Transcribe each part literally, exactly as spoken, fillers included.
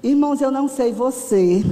Irmãos, eu não sei você,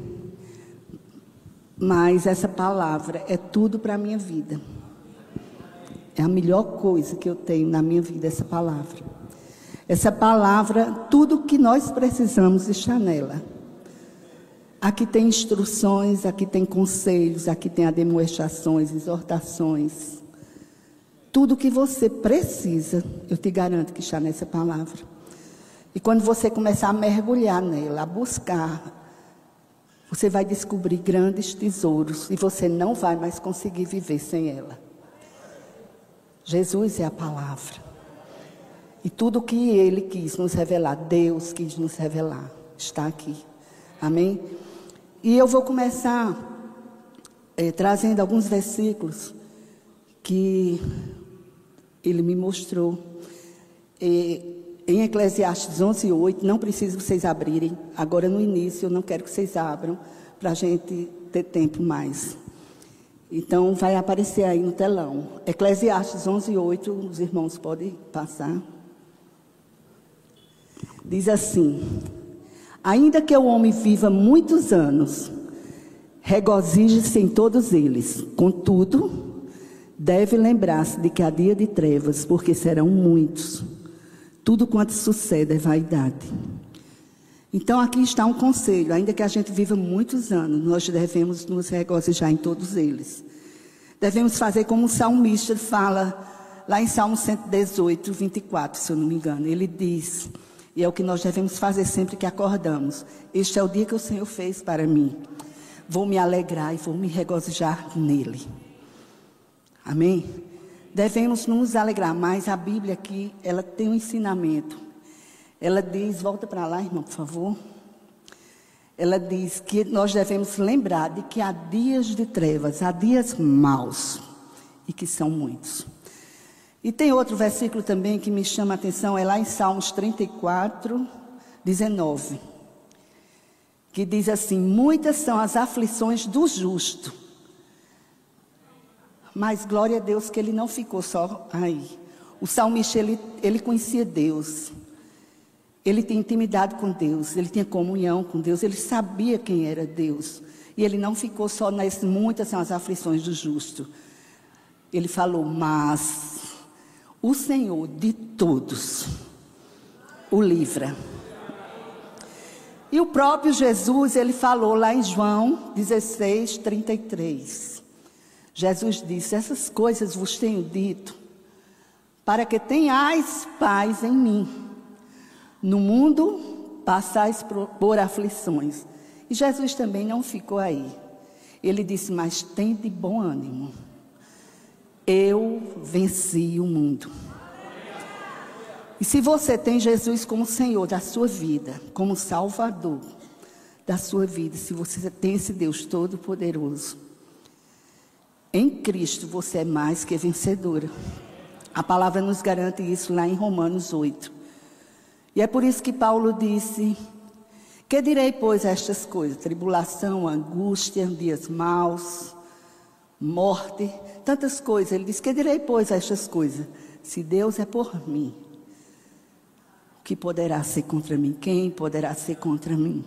mas essa palavra é tudo para a minha vida. É a melhor coisa que eu tenho na minha vida, essa palavra. Essa palavra, tudo que nós precisamos está nela. Aqui tem instruções, aqui tem conselhos, aqui tem admoestações, exortações. Tudo que você precisa, eu te garanto que está nessa palavra. E quando você começar a mergulhar nela, a buscar, você vai descobrir grandes tesouros e você não vai mais conseguir viver sem ela. Jesus é a palavra. E tudo que Ele quis nos revelar, Deus quis nos revelar, está aqui. Amém? E eu vou começar é, trazendo alguns versículos que Ele me mostrou. E, em Eclesiastes onze, oito, não precisa vocês abrirem. Agora no início eu não quero que vocês abram, para a gente ter tempo mais. Então vai aparecer aí no telão. Eclesiastes onze, oito, os irmãos podem passar. Diz assim: ainda que o homem viva muitos anos, regozije-se em todos eles. Contudo, deve lembrar-se de que há dia de trevas, porque serão muitos. Tudo quanto sucede é vaidade. Então aqui está um conselho. Ainda que a gente viva muitos anos, nós devemos nos regozijar em todos eles. Devemos fazer como o salmista fala lá em Salmo cento e dezoito, vinte e quatro, se eu não me engano. Ele diz, e é o que nós devemos fazer sempre que acordamos: este é o dia que o Senhor fez para mim. Vou me alegrar e vou me regozijar nele. Amém? Devemos nos alegrar, mas a Bíblia aqui, ela tem um ensinamento. Ela diz, volta para lá, irmão, por favor. Ela diz que nós devemos lembrar de que há dias de trevas, há dias maus, e que são muitos. E tem outro versículo também que me chama a atenção, é lá em Salmos trinta e quatro, dezenove. Que diz assim: muitas são as aflições do justo, mas glória a Deus que ele não ficou só aí. O salmista, ele, ele conhecia Deus. Ele tinha intimidade com Deus. Ele tinha comunhão com Deus. Ele sabia quem era Deus. E ele não ficou só nas muitas são as aflições do justo. Ele falou, mas o Senhor de todos o livra. E o próprio Jesus, ele falou lá em João dezesseis, trinta e três. Jesus disse, essas coisas vos tenho dito, para que tenhais paz em mim. No mundo passais por, por aflições. E Jesus também não ficou aí. Ele disse, mas tem de bom ânimo. Eu venci o mundo. E se você tem Jesus como Senhor da sua vida, como Salvador da sua vida, se você tem esse Deus Todo-Poderoso, em Cristo você é mais que vencedora. A palavra nos garante isso lá em Romanos oito. E é por isso que Paulo disse, que direi, pois, estas coisas? Tribulação, angústia, dias maus, morte, tantas coisas. Ele diz, que direi, pois, estas coisas? Se Deus é por mim, o que poderá ser contra mim? Quem poderá ser contra mim?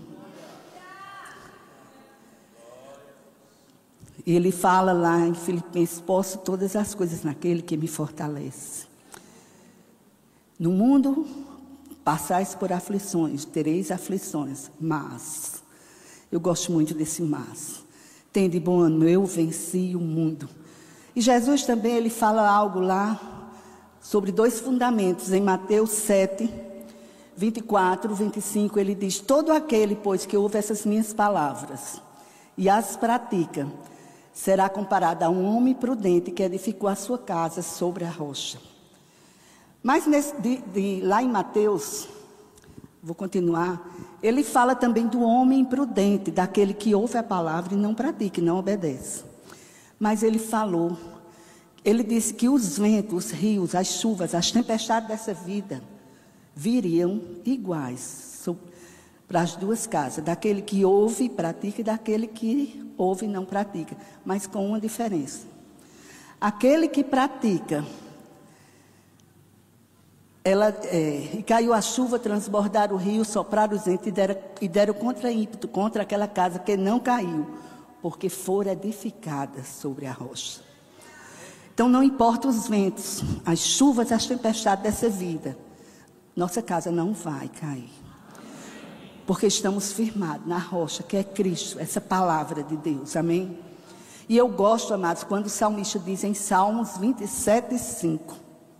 E ele fala lá em Filipenses, posso todas as coisas naquele que me fortalece. No mundo passais por aflições, tereis aflições, mas, eu gosto muito desse mas, tem de bom ânimo, eu venci o mundo. E Jesus também, ele fala algo lá, sobre dois fundamentos, em Mateus sete, vinte e quatro, vinte e cinco, ele diz, todo aquele, pois, que ouve essas minhas palavras, e as pratica, será comparado a um homem prudente que edificou a sua casa sobre a rocha. Mas nesse, de, de, lá em Mateus, vou continuar, ele fala também do homem imprudente, daquele que ouve a palavra e não pratica, e não obedece. Mas ele falou, ele disse que os ventos, os rios, as chuvas, as tempestades dessa vida viriam iguais para as duas casas, daquele que ouve e pratica e daquele que ouve e não pratica, mas com uma diferença. Aquele que pratica ela, é, e caiu a chuva, transbordaram o rio, sopraram os ventos e deram, e deram contra ímpeto contra aquela casa que não caiu, porque fora edificada sobre a rocha. Então não importa os ventos, as chuvas, as tempestades dessa vida, nossa casa não vai cair. Porque estamos firmados na rocha, que é Cristo, essa palavra de Deus, amém? E eu gosto, amados, quando o salmista diz em Salmos vinte e sete, cinco.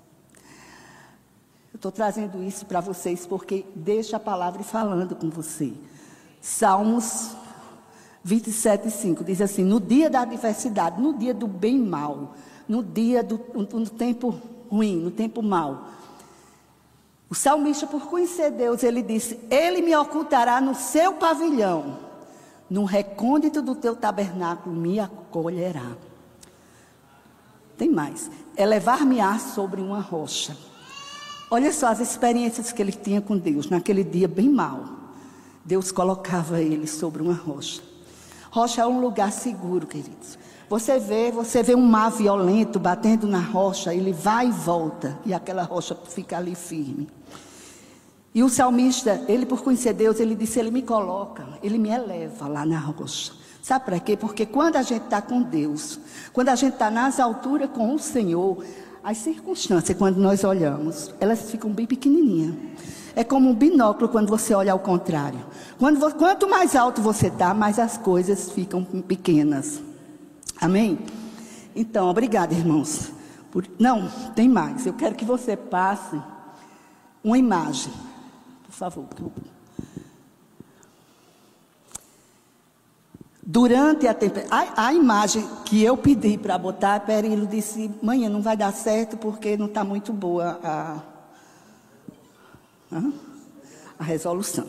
Eu estou trazendo isso para vocês porque deixa a palavra falando com você. Salmos vinte e sete, cinco diz assim: no dia da adversidade, no dia do bem e mal, no dia do no tempo ruim, no tempo mal, o salmista, por conhecer Deus, ele disse: Ele me ocultará no seu pavilhão, no recôndito do teu tabernáculo me acolherá. Tem mais: elevar-me-á sobre uma rocha. Olha só as experiências que ele tinha com Deus, naquele dia bem mau. Deus colocava ele sobre uma rocha. Rocha é um lugar seguro, queridos. Você vê, você vê um mar violento batendo na rocha, ele vai e volta, e aquela rocha fica ali firme. E o salmista, ele por conhecer Deus, ele disse: ele me coloca, ele me eleva lá na rocha. Sabe para quê? Porque quando a gente está com Deus, quando a gente está nas alturas com o Senhor, as circunstâncias, quando nós olhamos, elas ficam bem pequenininhas. É como um binóculo quando você olha ao contrário. Quando, quanto mais alto você está, mais as coisas ficam pequenas. Amém? Então, obrigada, irmãos. Por... Não, tem mais. Eu quero que você passe uma imagem. Por favor. Durante a tempestade, a, a imagem que eu pedi para botar, Perilo disse: manhã não vai dar certo porque não está muito boa a, a, a resolução.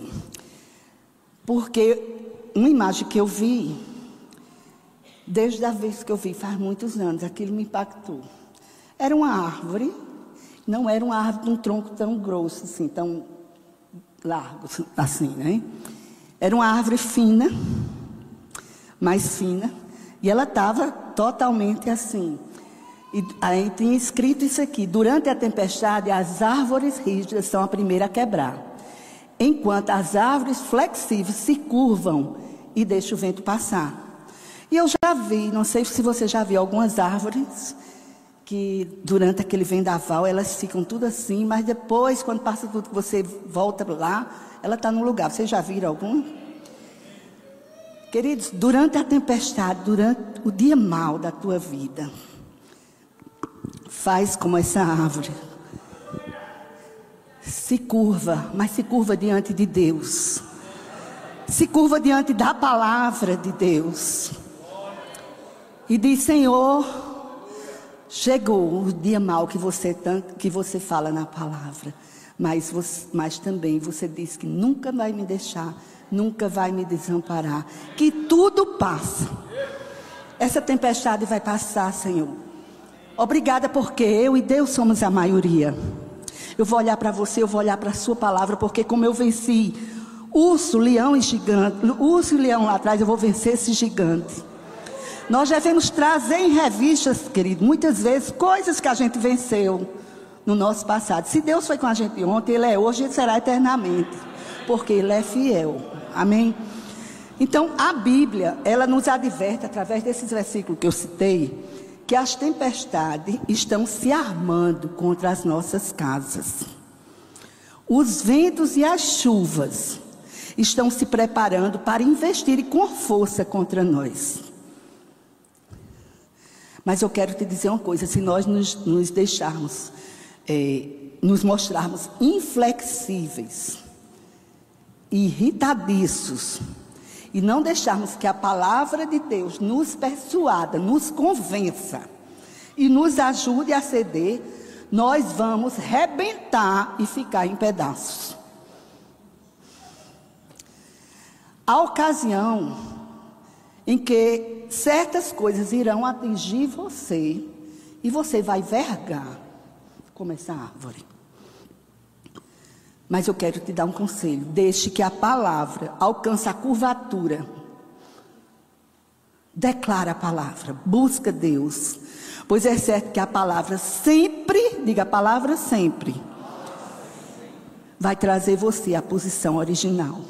Porque uma imagem que eu vi, desde a vez que eu vi, faz muitos anos, aquilo me impactou. Era uma árvore, não era uma árvore de um tronco tão grosso, assim, tão largo, assim, né? Era uma árvore fina, mais fina, e ela estava totalmente assim. E aí tinha escrito isso aqui: durante a tempestade, as árvores rígidas são a primeira a quebrar, enquanto as árvores flexíveis se curvam e deixam o vento passar. E eu já vi, não sei se você já viu algumas árvores que durante aquele vendaval elas ficam tudo assim, mas depois, quando passa tudo, que você volta lá, ela está no lugar. Vocês já viram alguma? Queridos, durante a tempestade, durante o dia mau da tua vida, faz como essa árvore. Se curva, mas se curva diante de Deus. Se curva diante da palavra de Deus. E diz: Senhor, chegou o dia mau que você, tanto, que você fala na palavra. Mas, você, mas também você diz que nunca vai me deixar, nunca vai me desamparar. Que tudo passa. Essa tempestade vai passar, Senhor. Obrigada, porque eu e Deus somos a maioria. Eu vou olhar para você, eu vou olhar para a sua palavra, porque como eu venci urso, leão e gigante, urso e leão lá atrás, eu vou vencer esse gigante. Nós devemos trazer em revistas, querido, muitas vezes, coisas que a gente venceu no nosso passado. Se Deus foi com a gente ontem, Ele é hoje e será eternamente, porque Ele é fiel. Amém? Então, a Bíblia, ela nos adverte, através desses versículos que eu citei, que as tempestades estão se armando contra as nossas casas. Os ventos e as chuvas estão se preparando para investir com força contra nós. Mas eu quero te dizer uma coisa: se nós nos, nos deixarmos, é, nos mostrarmos inflexíveis, irritadiços, e não deixarmos que a palavra de Deus nos persuada, nos convença e nos ajude a ceder, nós vamos rebentar e ficar em pedaços. A ocasião em que certas coisas irão atingir você e você vai vergar como essa árvore. Mas eu quero te dar um conselho: deixe que a palavra alcance a curvatura. Declara a palavra, busca Deus, pois é certo que a palavra sempre, diga a palavra sempre, vai trazer você à posição original.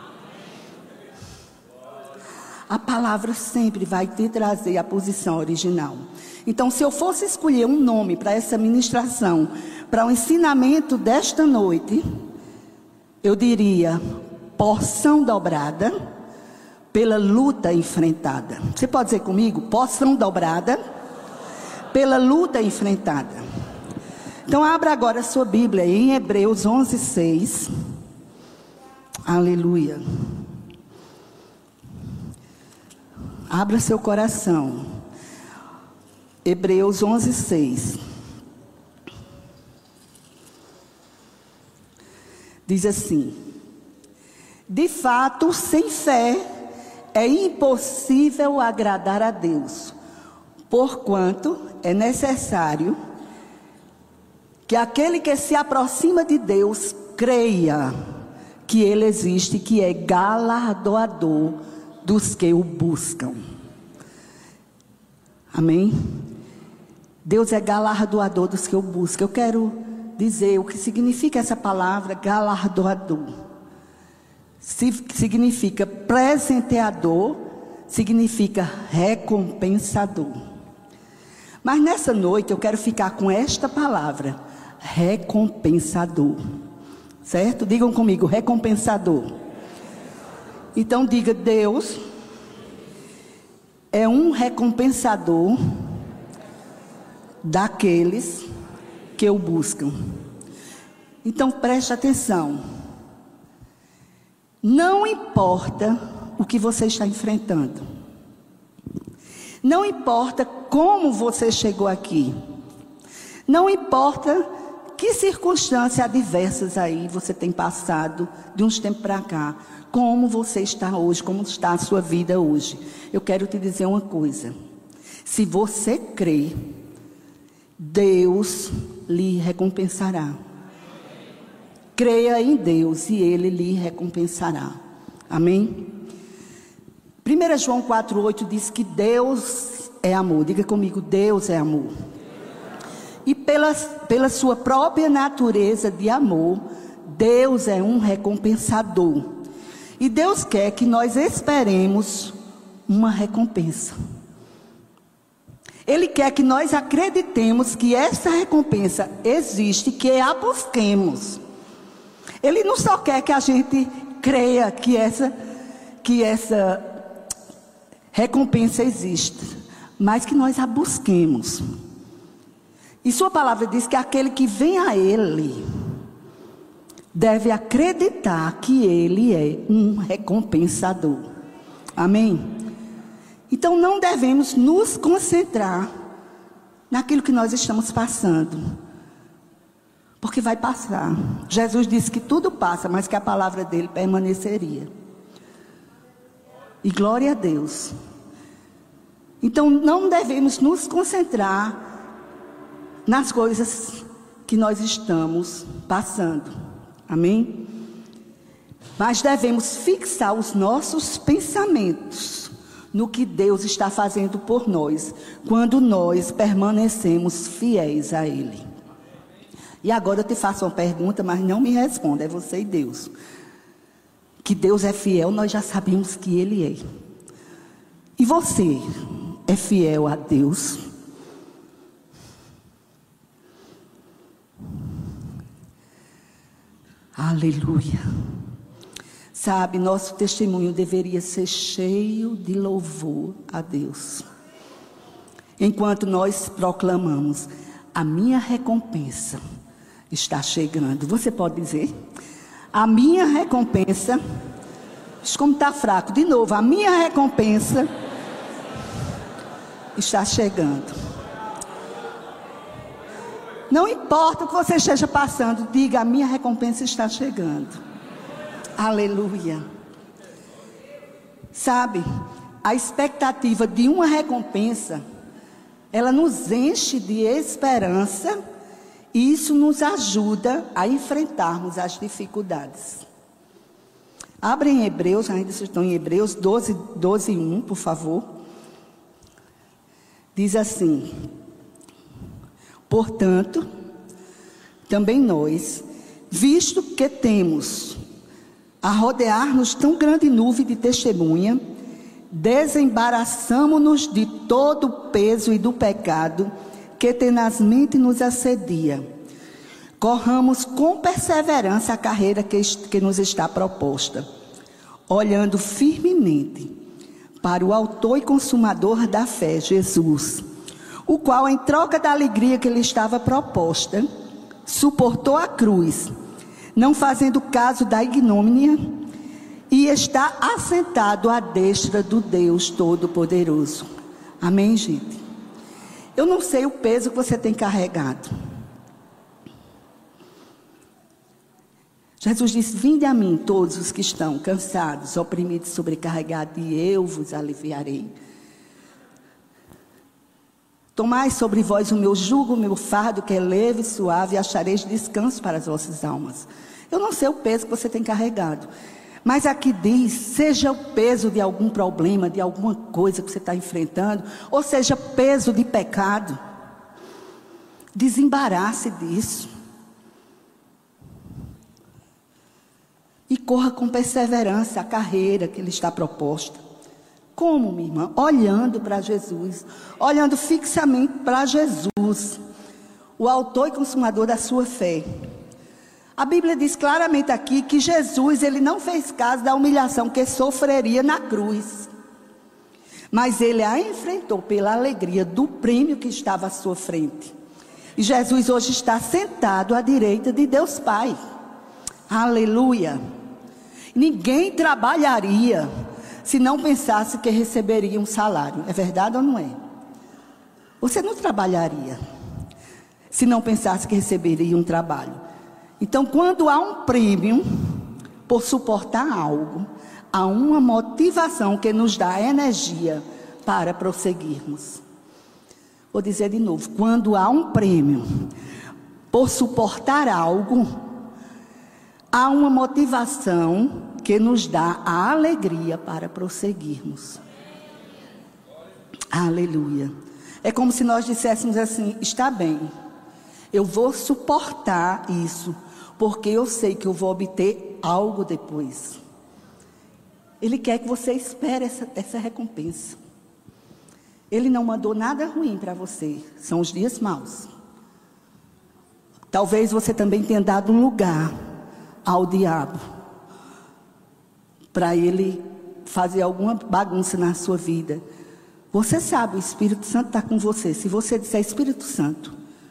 A palavra sempre vai te trazer à posição original. Então, se eu fosse escolher um nome para essa ministração, para o ensinamento desta noite, eu diria: porção dobrada pela luta enfrentada. Você pode dizer comigo? Porção dobrada pela luta enfrentada. Então, abra agora a sua Bíblia em Hebreus onze, seis. Aleluia. Abra seu coração. Hebreus onze, seis. Diz assim: de fato, sem fé é impossível agradar a Deus, porquanto é necessário que aquele que se aproxima de Deus creia que Ele existe, que é galardoador dos que o buscam. Amém? Deus é galardoador dos que o buscam. Eu quero dizer o que significa essa palavra galardoador. Significa presenteador, significa recompensador. Mas nessa noite eu quero ficar com esta palavra, recompensador. Certo? Digam comigo, recompensador. Então diga: Deus é um recompensador daqueles que o buscam. Então preste atenção. Não importa o que você está enfrentando. Não importa como você chegou aqui. Não importa que circunstâncias adversas aí você tem passado de uns tempos para cá. Como você está hoje, como está a sua vida hoje. Eu quero te dizer uma coisa. Se você crê, Deus lhe recompensará. Creia em Deus e Ele lhe recompensará. Amém? primeira João quatro, oito diz que Deus é amor. Diga comigo: Deus é amor. E pela, pela sua própria natureza de amor, Deus é um recompensador. E Deus quer que nós esperemos uma recompensa. Ele quer que nós acreditemos que essa recompensa existe, que a busquemos. Ele não só quer que a gente creia que essa, que essa recompensa existe, mas que nós a busquemos. E sua palavra diz que aquele que vem a Ele deve acreditar que Ele é um recompensador. Amém? Então não devemos nos concentrar naquilo que nós estamos passando, porque vai passar. Jesus disse que tudo passa, mas que a palavra dele permaneceria. E glória a Deus. Então não devemos nos concentrar nas coisas que nós estamos passando. Amém? Mas devemos fixar os nossos pensamentos no que Deus está fazendo por nós, quando nós permanecemos fiéis a Ele. E agora eu te faço uma pergunta, mas não me responda, é você e Deus. Que Deus é fiel, nós já sabemos que Ele é. E você é fiel a Deus? Aleluia. Sabe, nosso testemunho deveria ser cheio de louvor a Deus. Enquanto nós proclamamos: a minha recompensa está chegando. Você pode dizer: a minha recompensa, como está fraco, de novo, a minha recompensa está chegando. Não importa o que você esteja passando, diga: a minha recompensa está chegando. Aleluia. Sabe, a expectativa de uma recompensa, ela nos enche de esperança e isso nos ajuda a enfrentarmos as dificuldades. Abre em Hebreus, ainda estão em Hebreus doze, doze, um, por favor. Diz assim: portanto, também nós, Visto que temos a rodear-nos tão grande nuvem de testemunha, desembaraçamo-nos de todo o peso e do pecado que tenazmente nos assedia. Corramos com perseverança a carreira que, que nos está proposta, olhando firmemente para o autor e consumador da fé, Jesus, o qual, em troca da alegria que lhe estava proposta, suportou a cruz, não fazendo caso da ignomínia, e está assentado à destra do Deus Todo-Poderoso. Amém, gente? Eu não sei o peso que você tem carregado. Jesus disse: vinde a mim todos os que estão cansados, oprimidos, sobrecarregados, e eu vos aliviarei. Tomai sobre vós o meu jugo, o meu fardo, que é leve e suave, e achareis descanso para as vossas almas. Eu não sei o peso que você tem carregado, mas aqui diz, seja o peso de algum problema, de alguma coisa que você está enfrentando, ou seja, peso de pecado, desembarace disso. E corra com perseverança a carreira que lhe está proposta. Como, minha irmã? Olhando para Jesus, olhando fixamente para Jesus, o autor e consumador da sua fé. A Bíblia diz claramente aqui que Jesus, ele não fez caso da humilhação que sofreria na cruz, mas ele a enfrentou pela alegria do prêmio que estava à sua frente. E Jesus hoje está sentado à direita de Deus Pai. Aleluia! Ninguém trabalharia se não pensasse que receberia um salário. É verdade ou não é? Você não trabalharia se não pensasse que receberia um trabalho. Então, quando há um prêmio por suportar algo, há uma motivação que nos dá energia para prosseguirmos. Vou dizer de novo: quando há um prêmio por suportar algo, há uma motivação que nos dá a alegria para prosseguirmos. Aleluia. É como se nós disséssemos assim: está bem, eu vou suportar isso, porque eu sei que eu vou obter algo depois. Ele quer que você espere essa, essa recompensa. Ele não mandou nada ruim para você, são os dias maus. Talvez você também tenha dado lugar ao diabo, para ele fazer alguma bagunça na sua vida. Você sabe, o Espírito Santo está com você. Se você disser: Espírito Santo,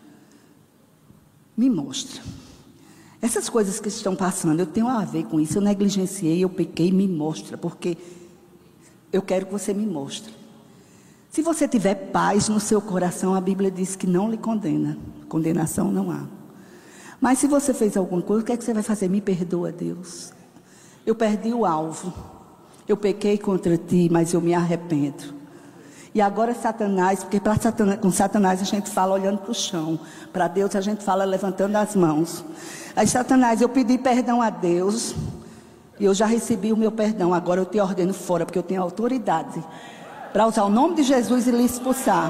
me mostra. Essas coisas que estão passando, eu tenho a ver com isso, eu negligenciei, eu pequei, me mostra, porque eu quero que você me mostre. Se você tiver paz no seu coração, a Bíblia diz que não lhe condena. Condenação não há. Mas se você fez alguma coisa, o que é que você vai fazer? Me perdoa, Deus. Eu perdi o alvo. Eu pequei contra ti, mas eu me arrependo. E agora Satanás, porque para Satanás, com Satanás a gente fala olhando para o chão. Para Deus a gente fala levantando as mãos. Aí Satanás, eu pedi perdão a Deus. E eu já recebi o meu perdão. Agora eu te ordeno fora, porque eu tenho autoridade para usar o nome de Jesus e lhe expulsar.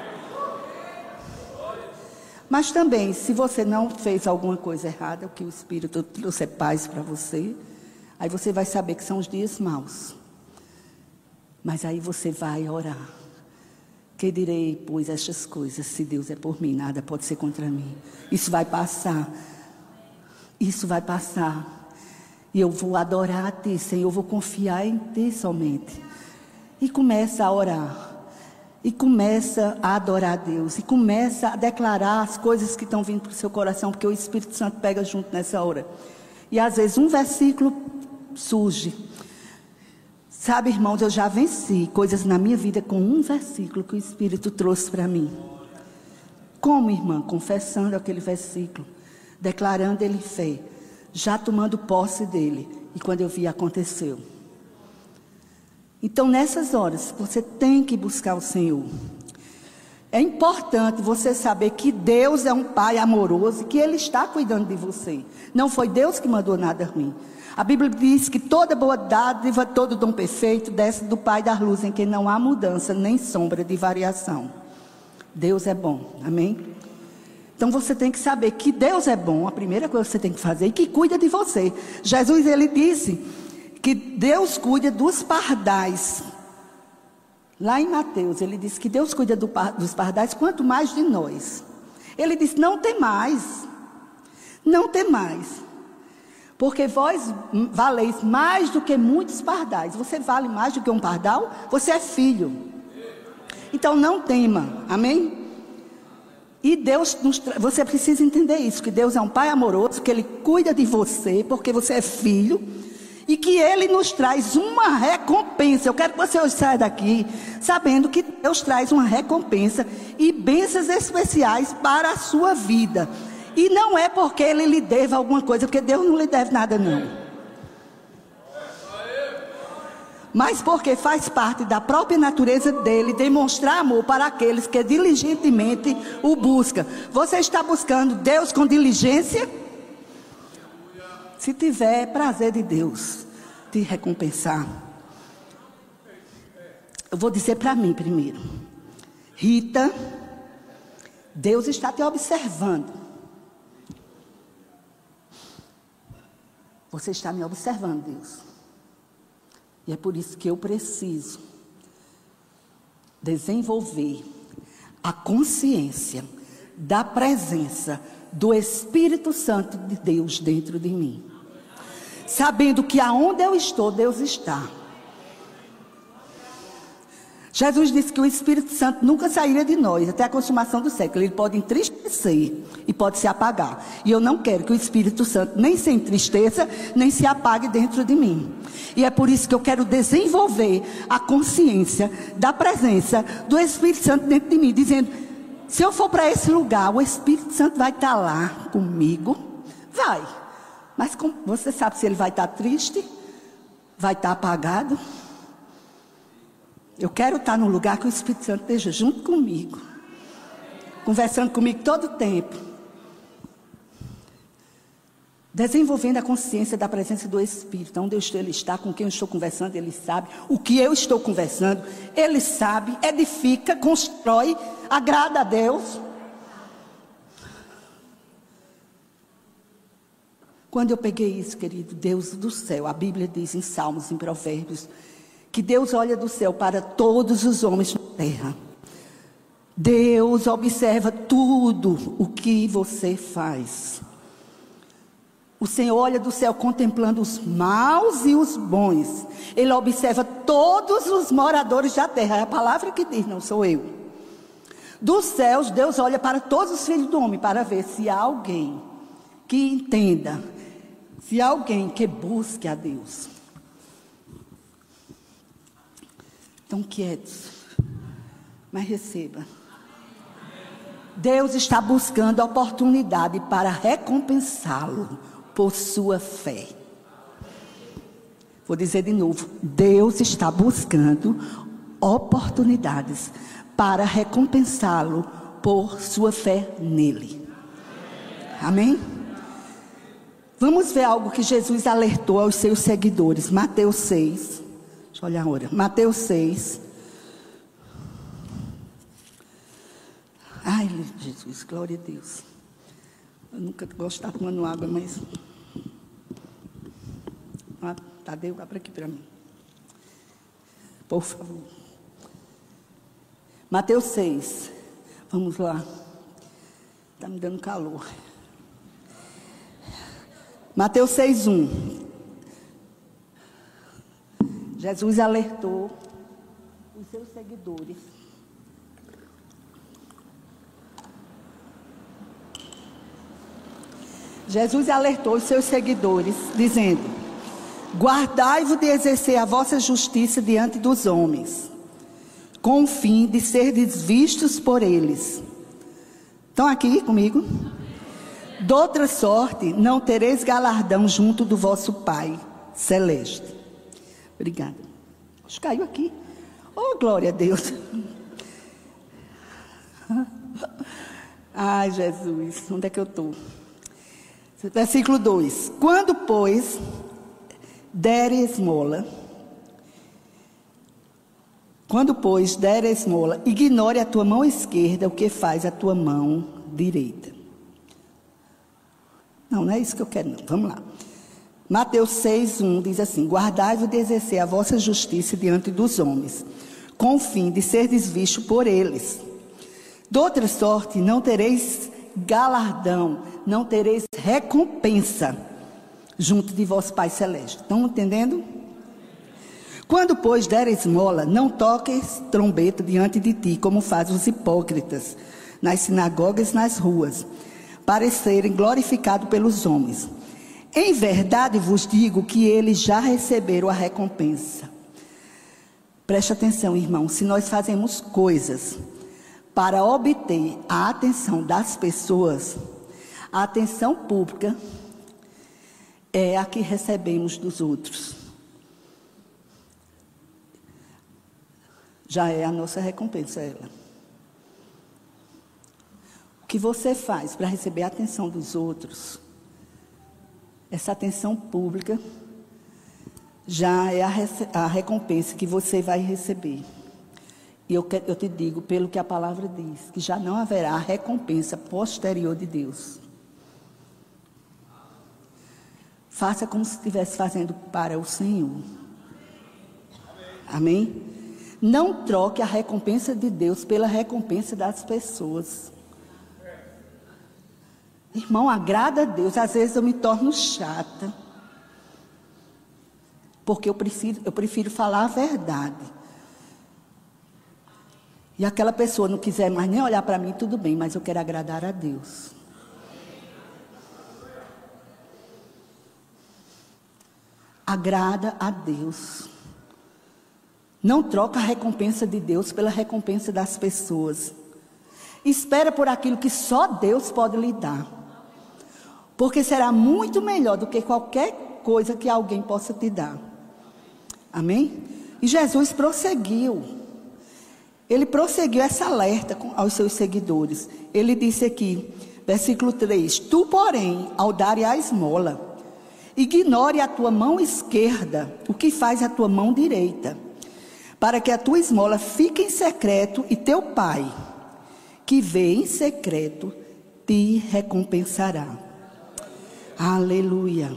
Mas também, se você não fez alguma coisa errada, o que o Espírito trouxe paz para você, aí você vai saber que são os dias maus. Mas aí você vai orar. Que direi, pois, estas coisas? Se Deus é por mim, nada pode ser contra mim. Isso vai passar. Isso vai passar. E eu vou adorar a Ti, Senhor. Eu vou confiar em Ti somente. E começa a orar. E começa a adorar a Deus. E começa a declarar as coisas que estão vindo para o seu coração. Porque o Espírito Santo pega junto nessa hora. E às vezes um versículo surge. Sabe, irmãos, eu já venci coisas na minha vida com um versículo que o Espírito trouxe para mim. Como, irmã? Confessando aquele versículo, declarando ele fé, já tomando posse dele. E quando eu vi, aconteceu. Então, nessas horas, você tem que buscar o Senhor. É importante você saber que Deus é um Pai amoroso e que Ele está cuidando de você. Não foi Deus que mandou nada ruim. A Bíblia diz que toda boa dádiva, todo dom perfeito desce do Pai da luz, em que não há mudança nem sombra de variação. Deus é bom, amém? Então você tem que saber que Deus é bom, a primeira coisa que você tem que fazer, e que cuida de você. Jesus, ele disse que Deus cuida dos pardais. Lá em Mateus, ele disse que Deus cuida do, dos pardais, quanto mais de nós. Ele disse, não tem mais, não tem mais. Porque vós valeis mais do que muitos pardais. Você vale mais do que um pardal? Você é filho. Então não tema, amém? E Deus, nos tra... você precisa entender isso, que Deus é um Pai amoroso, que Ele cuida de você, porque você é filho, e que Ele nos traz uma recompensa. Eu quero que você hoje saia daqui, sabendo que Deus traz uma recompensa e bênçãos especiais para a sua vida. E não é porque Ele lhe deve alguma coisa, porque Deus não lhe deve nada não. Mas porque faz parte da própria natureza dele demonstrar amor para aqueles que diligentemente o buscam. Você está buscando Deus com diligência? Se tiver, é prazer de Deus te recompensar. Eu vou dizer para mim primeiro. Rita, Deus está te observando. Você está me observando, Deus. E é por isso que eu preciso desenvolver a consciência da presença do Espírito Santo de Deus dentro de mim. Sabendo que aonde eu estou, Deus está. Jesus disse que o Espírito Santo nunca sairia de nós até a consumação do século. Ele pode entristecer e pode se apagar. E eu não quero que o Espírito Santo nem se entristeça, nem se apague dentro de mim. E é por isso que eu quero desenvolver a consciência da presença do Espírito Santo dentro de mim. Dizendo, se eu for para esse lugar, o Espírito Santo vai estar lá comigo? Vai. Mas como você sabe se ele vai estar triste? Vai estar apagado? Eu quero estar num lugar que o Espírito Santo esteja junto comigo, conversando comigo todo o tempo, desenvolvendo a consciência da presença do Espírito. Onde eu estou, Ele está, com quem eu estou conversando, Ele sabe. O que eu estou conversando, Ele sabe, edifica, constrói, agrada a Deus. Quando eu peguei isso, querido, Deus do céu, a Bíblia diz em Salmos, em Provérbios, que Deus olha do céu para todos os homens na terra. Deus observa tudo o que você faz. O Senhor olha do céu contemplando os maus e os bons. Ele observa todos os moradores da terra. É a palavra que diz, não sou eu. Dos céus, Deus olha para todos os filhos do homem para ver se há alguém que entenda, se há alguém que busque a Deus. Estão quietos, mas receba. Deus está buscando a oportunidade para recompensá-lo por sua fé. Vou dizer de novo, Deus está buscando oportunidades para recompensá-lo por sua fé nele. Amém? Vamos ver algo que Jesus alertou aos seus seguidores. Mateus seis. Deixa eu olhar a hora. Mateus seis. Ai, Jesus, glória a Deus. Eu nunca gosto de estar tomando água, mas... Ah, Tadeu, abra aqui para mim. Por favor. Mateus seis. Vamos lá. Está me dando calor. Mateus seis, um. Jesus alertou os seus seguidores. Jesus alertou os seus seguidores, dizendo: guardai-vos de exercer a vossa justiça diante dos homens, com o fim de serdes vistos por eles. Estão aqui comigo? De outra sorte, não tereis galardão junto do vosso Pai Celeste. Obrigada. Acho que caiu aqui. Oh, glória a Deus. Ai, Jesus, onde é que eu estou? Versículo dois. Quando, pois, der esmola, quando, pois, der esmola, ignore a tua mão esquerda o que faz a tua mão direita. Não, não é isso que eu quero, não. Vamos lá. Mateus seis, um diz assim: guardai-vos de exercer a vossa justiça diante dos homens, com o fim de ser desvisto por eles. De outra sorte, não tereis galardão, não tereis recompensa junto de vosso Pai Celeste. Estão entendendo? Quando, pois, der esmola, não toques trombeta diante de ti, como fazem os hipócritas, nas sinagogas e nas ruas, para serem glorificados pelos homens. Em verdade vos digo que eles já receberam a recompensa. Preste atenção, irmão, se nós fazemos coisas para obter a atenção das pessoas, a atenção pública é a que recebemos dos outros. Já é a nossa recompensa, ela. O que você faz para receber a atenção dos outros, essa atenção pública, já é a, a recompensa que você vai receber. E eu, eu te digo, pelo que a palavra diz, que já não haverá recompensa posterior de Deus. Faça como se estivesse fazendo para o Senhor. Amém? Não troque a recompensa de Deus pela recompensa das pessoas. Irmão, agrada a Deus. Às vezes eu me torno chata, porque eu prefiro, eu prefiro falar a verdade. E aquela pessoa não quiser mais nem olhar para mim, tudo bem, mas eu quero agradar a Deus. Agrada a Deus. Não troca a recompensa de Deus pela recompensa das pessoas. Espera por aquilo que só Deus pode lhe dar. Porque será muito melhor do que qualquer coisa que alguém possa te dar. Amém? E Jesus prosseguiu. Ele prosseguiu essa alerta aos seus seguidores. Ele disse aqui, versículo três: tu, porém, ao dar a esmola, ignore a tua mão esquerda o que faz a tua mão direita, para que a tua esmola fique em secreto, e teu Pai, que vê em secreto, te recompensará. Aleluia.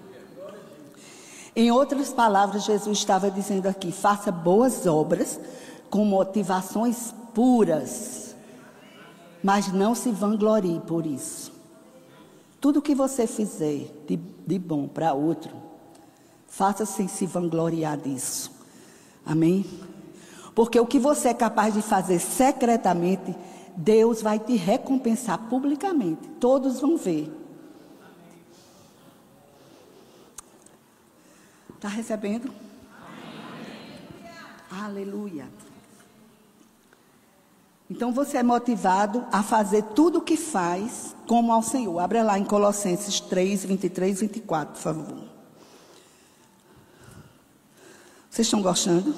Em outras palavras, Jesus estava dizendo aqui: faça boas obras com motivações puras, mas não se vanglorie por isso. Tudo que você fizer de, de bom para outro, faça sem se vangloriar disso. Amém? Porque o que você é capaz de fazer secretamente, Deus vai te recompensar publicamente. Todos vão ver. Está recebendo? Amém. Aleluia. Então você é motivado a fazer tudo o que faz como ao Senhor. Abra lá em Colossenses três, vinte e três, vinte e quatro, por favor. Vocês estão gostando?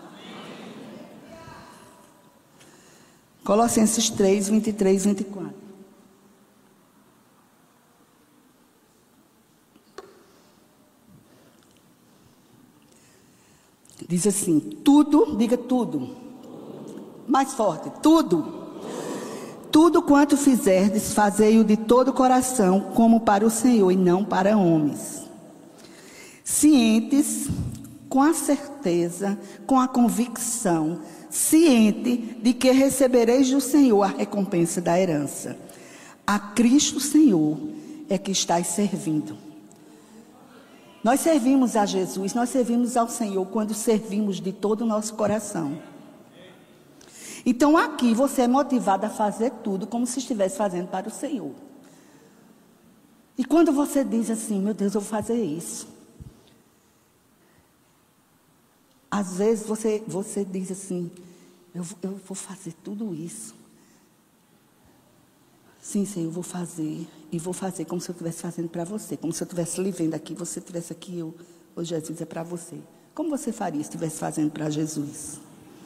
Colossenses três, vinte e três, vinte e quatro. Diz assim: tudo, diga tudo. Mais forte, tudo. Tudo quanto fizerdes, fazei-o de todo o coração, como para o Senhor e não para homens. Cientes, com a certeza, com a convicção, ciente de que recebereis do Senhor a recompensa da herança. A Cristo Senhor é que estáis servindo. Nós servimos a Jesus, nós servimos ao Senhor quando servimos de todo o nosso coração. Então aqui você é motivado a fazer tudo como se estivesse fazendo para o Senhor. E quando você diz assim: meu Deus, eu vou fazer isso. Às vezes você, você diz assim: eu, eu vou fazer tudo isso. Sim, Senhor, eu vou fazer. E vou fazer como se eu estivesse fazendo para você. Como se eu estivesse lhe vendo aqui, você estivesse aqui, eu, ô Jesus, é para você. Como você faria se estivesse fazendo para Jesus?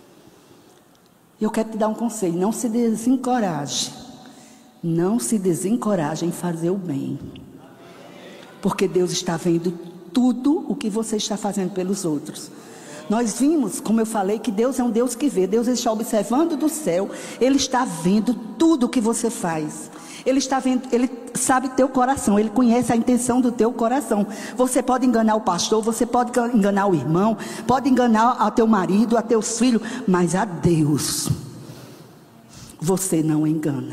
Eu quero te dar um conselho: não se desencoraje. Não se desencoraje em fazer o bem. Porque Deus está vendo tudo o que você está fazendo pelos outros. Nós vimos, como eu falei, que Deus é um Deus que vê. Deus está observando do céu. Ele está vendo tudo o que você faz. Ele está vendo, ele sabe teu coração, Ele conhece a intenção do teu coração. Você pode enganar o pastor, você pode enganar o irmão, pode enganar a teu marido, a teus filhos, mas a Deus você não engana.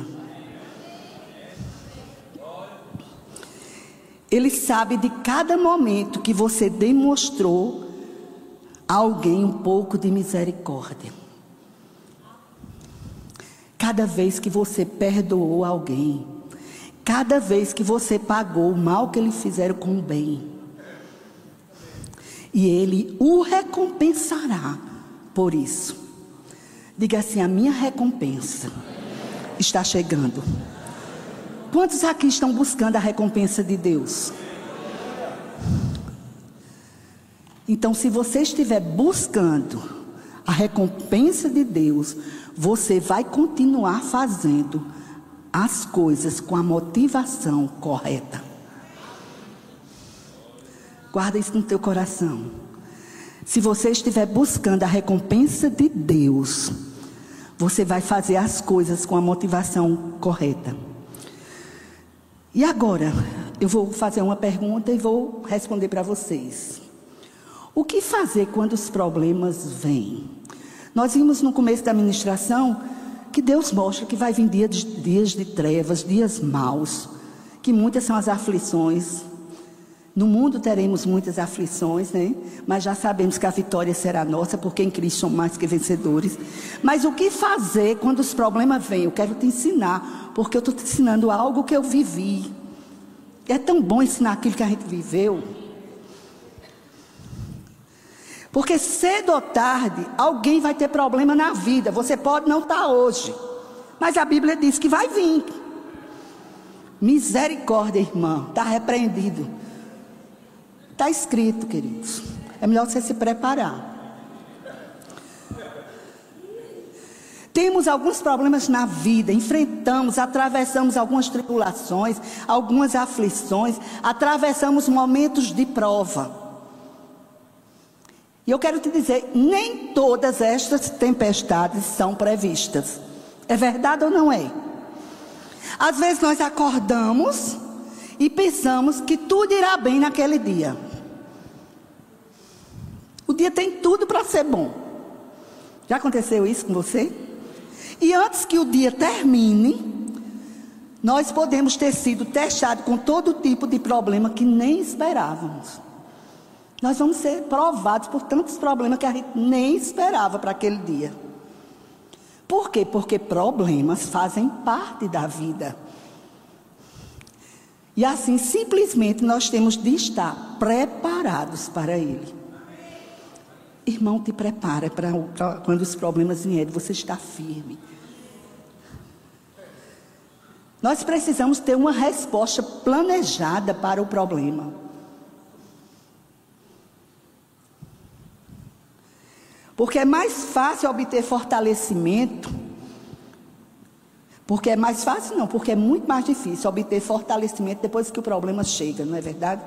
Ele sabe de cada momento que você demonstrou a alguém um pouco de misericórdia. Cada vez que você perdoou alguém, cada vez que você pagou o mal que eles fizeram com o bem, e Ele o recompensará por isso. Diga assim: a minha recompensa está chegando. Quantos aqui estão buscando a recompensa de Deus? Então, se você estiver buscando a recompensa de Deus, você vai continuar fazendo as coisas com a motivação correta. Guarda isso no teu coração. Se você estiver buscando a recompensa de Deus, você vai fazer as coisas com a motivação correta. E agora, eu vou fazer uma pergunta e vou responder para vocês. O que fazer quando os problemas vêm? Nós vimos no começo da ministração que Deus mostra que vai vir dias de, dias de trevas, dias maus, que muitas são as aflições. No mundo teremos muitas aflições, né? Mas já sabemos que a vitória será nossa, porque em Cristo somos mais que vencedores. Mas o que fazer quando os problemas vêm? Eu quero te ensinar, porque eu estou te ensinando algo que eu vivi. É tão bom ensinar aquilo que a gente viveu. Porque cedo ou tarde, alguém vai ter problema na vida. Você pode não estar hoje, mas a Bíblia diz que vai vir. Misericórdia, irmã, está repreendido. Está escrito, queridos. É melhor você se preparar. Temos alguns problemas na vida, enfrentamos, atravessamos algumas tribulações, algumas aflições, atravessamos momentos de prova. E eu quero te dizer, nem todas estas tempestades são previstas. É verdade ou não é? Às vezes nós acordamos e pensamos que tudo irá bem naquele dia. O dia tem tudo para ser bom. Já aconteceu isso com você? E antes que o dia termine, nós podemos ter sido testados com todo tipo de problema que nem esperávamos. Nós vamos ser provados por tantos problemas que a gente nem esperava para aquele dia. Por quê? Porque problemas fazem parte da vida. E assim, simplesmente, nós temos de estar preparados para ele. Irmão, te prepara para quando os problemas vierem, você está firme. Nós precisamos ter uma resposta planejada para o problema. Porque é mais fácil obter fortalecimento. Porque é mais fácil não, porque é muito mais difícil obter fortalecimento depois que o problema chega, não é verdade?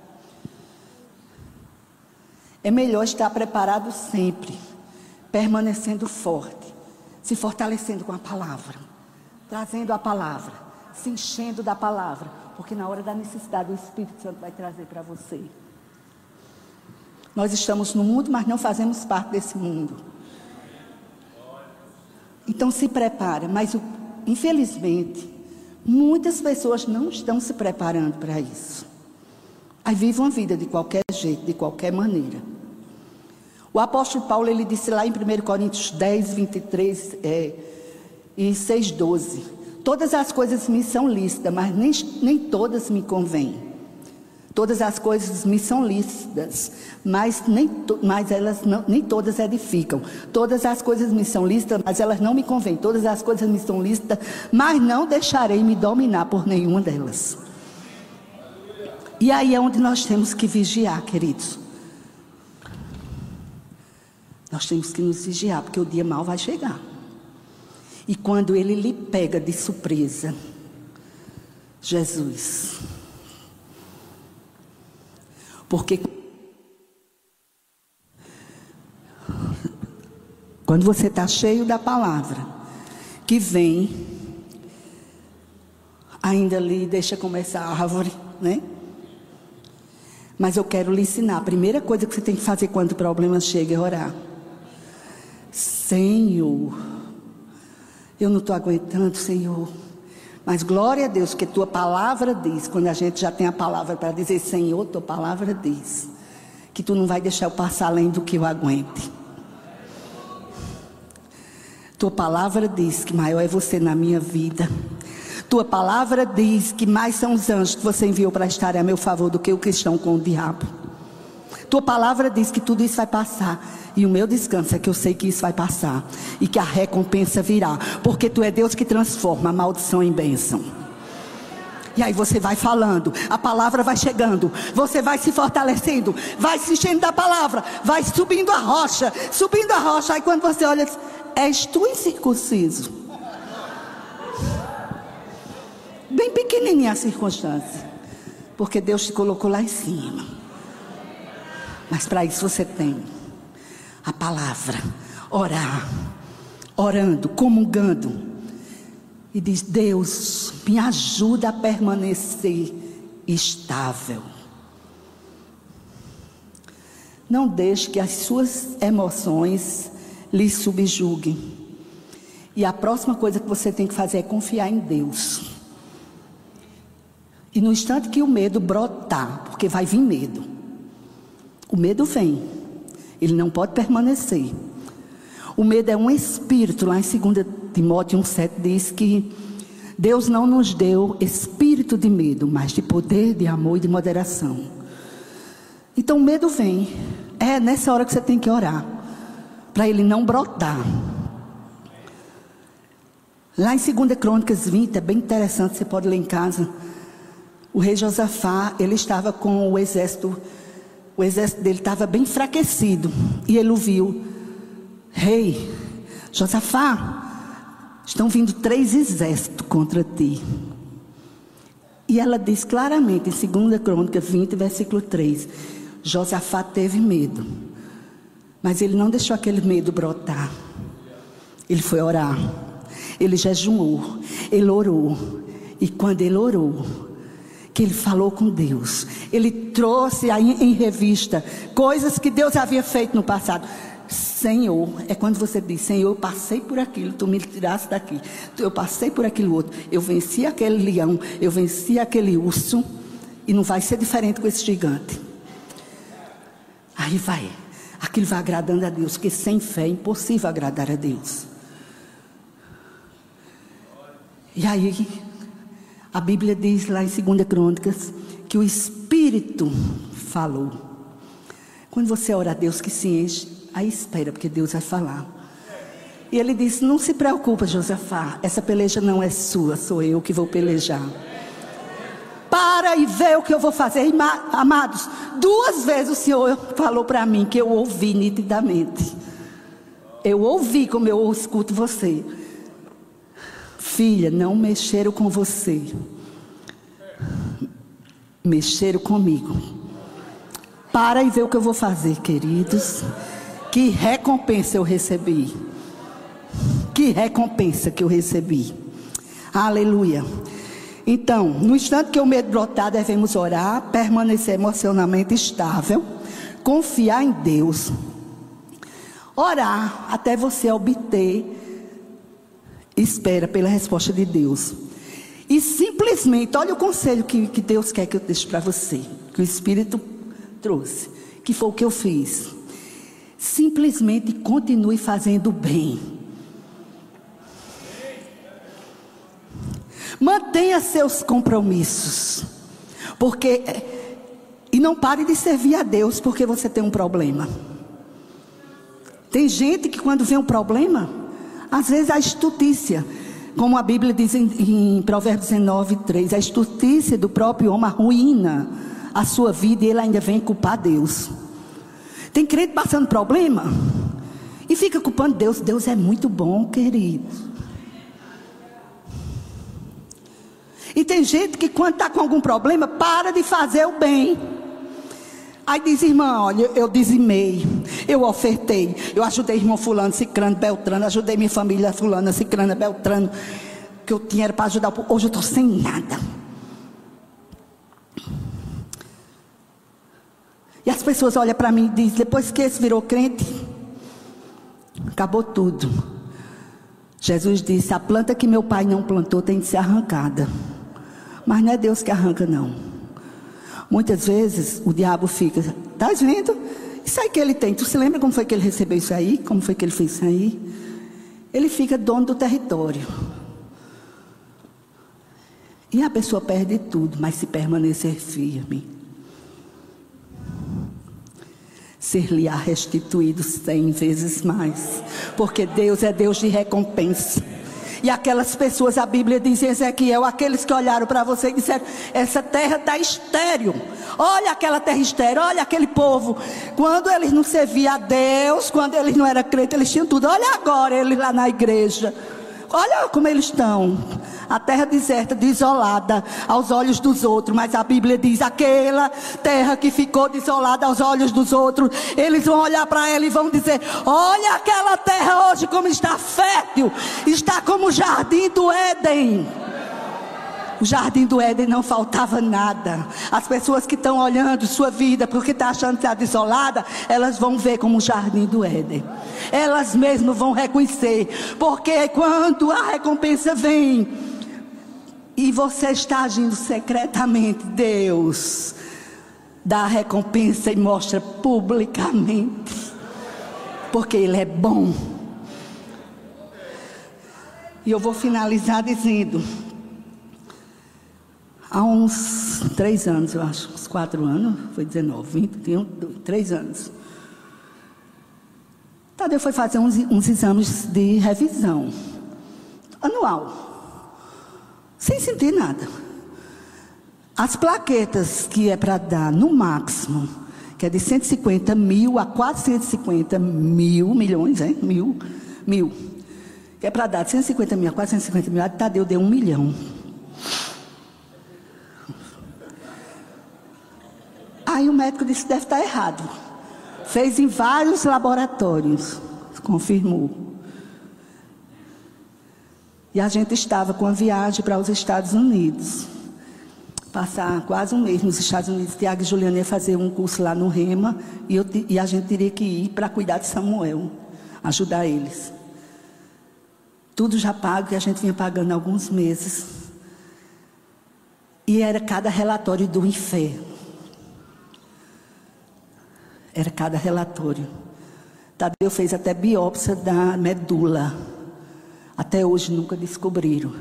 É melhor estar preparado sempre, permanecendo forte, se fortalecendo com a palavra, trazendo a palavra, se enchendo da palavra, porque na hora da necessidade o Espírito Santo vai trazer para você. Nós estamos no mundo, mas não fazemos parte desse mundo. Então se prepara, mas infelizmente muitas pessoas não estão se preparando para isso. Aí vivem uma vida de qualquer jeito, de qualquer maneira. O apóstolo Paulo, ele disse lá em primeiro Coríntios dez, vinte e três é, e seis, doze: todas as coisas me são lícitas, mas nem, nem todas me convêm. Todas as coisas me são lícitas, mas, nem, mas elas não, nem todas edificam. Todas as coisas me são lícitas, mas elas não me convêm. Todas as coisas me são lícitas, mas não deixarei me dominar por nenhuma delas. E aí é onde nós temos que vigiar, queridos. Nós temos que nos vigiar, porque o dia mau vai chegar. E quando ele lhe pega de surpresa, Jesus... Porque quando você está cheio da palavra, que vem ainda ali, deixa começar a árvore, né? Mas eu quero lhe ensinar. A primeira coisa que você tem que fazer quando o problema chega é orar. Senhor, eu não estou aguentando, Senhor. Mas glória a Deus, que tua palavra diz, quando a gente já tem a palavra para dizer, Senhor, tua palavra diz, que tu não vai deixar eu passar além do que eu aguente. Tua palavra diz que maior é você na minha vida. Tua palavra diz que mais são os anjos que você enviou para estar a meu favor do que o cristão com o diabo. Tua palavra diz que tudo isso vai passar. E o meu descanso é que eu sei que isso vai passar. E que a recompensa virá. Porque tu é Deus que transforma a maldição em bênção. E aí você vai falando, a palavra vai chegando, você vai se fortalecendo, vai se enchendo da palavra, vai subindo a rocha, subindo a rocha. Aí quando você olha, és tu incircunciso. Bem pequenininha a circunstância, porque Deus te colocou lá em cima. Mas para isso você tem a palavra, orar, orando, comungando. E diz, Deus, me ajuda a permanecer estável. Não deixe que as suas emoções lhe subjuguem. E a próxima coisa que você tem que fazer é confiar em Deus. E no instante que o medo brotar, porque vai vir medo. O medo vem. Ele não pode permanecer. O medo é um espírito. Lá em dois Timóteo um, sete diz que Deus não nos deu espírito de medo, mas de poder, de amor e de moderação. Então o medo vem. É nessa hora que você tem que orar, para ele não brotar. Lá em dois Crônicas vinte, é bem interessante, você pode ler em casa. O rei Josafá, ele estava com o exército, o exército dele estava bem enfraquecido. E ele ouviu, rei, Josafá, estão vindo três exércitos contra ti. E ela diz claramente, em dois Crônicas vinte, versículo três, Josafá teve medo, mas ele não deixou aquele medo brotar. Ele foi orar, ele jejuou, ele orou. E quando ele orou, que ele falou com Deus, ele trouxe aí em revista coisas que Deus havia feito no passado. Senhor, é quando você diz, Senhor, eu passei por aquilo, tu me tiraste daqui, eu passei por aquilo outro, eu venci aquele leão, eu venci aquele urso, e não vai ser diferente com esse gigante. Aí vai, aquilo vai agradando a Deus, porque sem fé é impossível agradar a Deus. E aí a Bíblia diz lá em dois Crônicas que o Espírito falou. Quando você ora a Deus que se enche, aí espera, porque Deus vai falar. E ele disse, não se preocupa, Josafá, essa peleja não é sua, sou eu que vou pelejar. Para e vê o que eu vou fazer. Amados, duas vezes o Senhor falou para mim, que eu ouvi nitidamente. Eu ouvi como eu escuto você. Filha, não mexeram com você, mexeram comigo. Para e vê o que eu vou fazer, queridos. Que recompensa eu recebi. Que recompensa que eu recebi. Aleluia. Então, no instante que o medo brotar, devemos orar, permanecer emocionalmente estável, confiar em Deus, orar até você obter, espera pela resposta de Deus. E simplesmente, olha o conselho que, que Deus quer que eu deixe para você, que o Espírito trouxe, que foi o que eu fiz. Simplesmente continue fazendo o bem. Mantenha seus compromissos. Porque, e não pare de servir a Deus porque você tem um problema. Tem gente que quando vem um problema, às vezes a estutícia, como a Bíblia diz em, em Provérbios dezenove, três, a estutícia do próprio homem arruína a sua vida e ele ainda vem culpar Deus. Tem crente passando problema e fica culpando Deus. Deus é muito bom, querido. E tem gente que quando está com algum problema, para de fazer o bem. Aí diz, irmã, olha, eu dizimei, eu ofertei, eu ajudei irmão fulano, cicrano, beltrano, ajudei minha família fulana, cicrana, beltrano. que eu tinha era para ajudar o povo. Hoje eu estou sem nada. E as pessoas olham para mim e dizem, depois que esse virou crente, acabou tudo. Jesus disse, a planta que meu pai não plantou tem de ser arrancada. Mas não é Deus que arranca, não. Muitas vezes o diabo fica, tá vendo? Isso aí que ele tem, tu se lembra como foi que ele recebeu isso aí? Como foi que ele fez isso aí? Ele fica dono do território. E a pessoa perde tudo, mas se permanecer firme, ser-lhe-á restituído cem vezes mais. Porque Deus é Deus de recompensa. E aquelas pessoas, a Bíblia diz em Ezequiel, aqueles que olharam para você e disseram, essa terra está estéril. Olha aquela terra estéril, olha aquele povo. Quando eles não serviam a Deus, quando eles não eram crentes, eles tinham tudo. Olha agora eles lá na igreja. Olha como eles estão. A terra deserta, desolada aos olhos dos outros. Mas a Bíblia diz, aquela terra que ficou desolada aos olhos dos outros, eles vão olhar para ela e vão dizer, olha aquela terra hoje como está fértil. Está como o jardim do Éden. O jardim do Éden não faltava nada. As pessoas que estão olhando sua vida porque está achando que está desolada, elas vão ver como o jardim do Éden. Elas mesmas vão reconhecer. Porque quando a recompensa vem e você está agindo secretamente, Deus dá a recompensa e mostra publicamente. Porque Ele é bom. E eu vou finalizar dizendo, há uns três anos, eu acho, uns quatro anos, foi dezenove, vinte, vinte e um, três anos. Tadeu foi fazer uns, uns exames de revisão anual, sem sentir nada. As plaquetas que é para dar no máximo, que é de cento e cinquenta mil a quatrocentos e cinquenta mil, milhões, hein? Mil, mil. Que é para dar de cento e cinquenta mil a quatrocentos e cinquenta mil, a Tadeu deu um milhão. Aí o médico disse, deve estar errado. Fez em vários laboratórios, confirmou. E a gente estava com a viagem para os Estados Unidos. Passar quase um mês nos Estados Unidos. Tiago e Juliana ia fazer um curso lá no Rema. E, eu, e a gente teria que ir para cuidar de Samuel. Ajudar eles. Tudo já pago, que a gente vinha pagando há alguns meses. E era cada relatório do inferno. Era cada relatório. Tadeu fez até biópsia da medula. Até hoje nunca descobriram.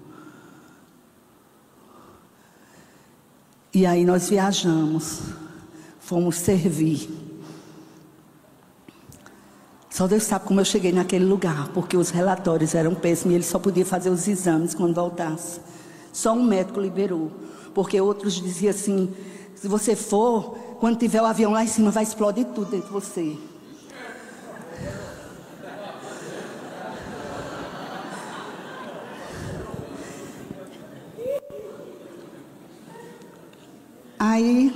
E aí nós viajamos. Fomos servir. Só Deus sabe como eu cheguei naquele lugar. Porque os relatórios eram péssimos. E ele só podia fazer os exames quando voltasse. Só um médico liberou. Porque outros diziam assim, se você for, quando tiver o avião lá em cima, vai explodir tudo dentro de você. Aí,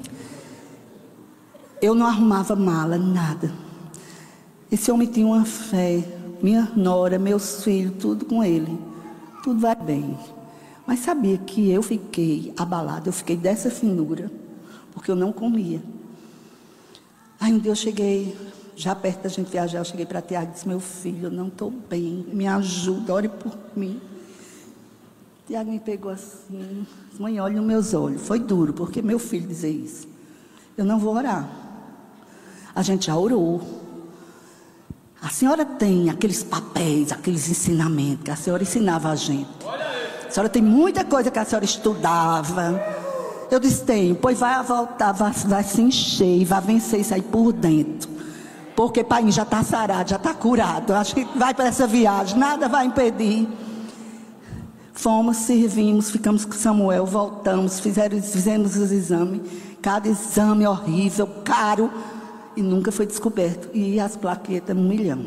eu não arrumava mala, nada. Esse homem tinha uma fé, minha nora, meus filhos, tudo com ele. Tudo vai bem. Mas sabia que eu fiquei abalada, eu fiquei dessa finura, porque eu não comia. Aí um dia eu cheguei, já perto da gente viajar, eu cheguei para Tiago e disse, meu filho, eu não estou bem, me ajuda, ore por mim. Tiago me pegou assim, mãe, olha nos meus olhos. Foi duro, porque meu filho dizia isso. Eu não vou orar. A gente já orou. A senhora tem aqueles papéis, aqueles ensinamentos que a senhora ensinava a gente. A senhora tem muita coisa que a senhora estudava. Eu disse, tenho. Pois vai voltar, vai, vai se encher e vai vencer isso aí por dentro. Porque pai já está sarado, já está curado. Acho que vai para essa viagem, nada vai impedir. Fomos, servimos, ficamos com Samuel, voltamos, fizeram, fizemos os exames. Cada exame horrível, caro. E nunca foi descoberto. E as plaquetas, um milhão.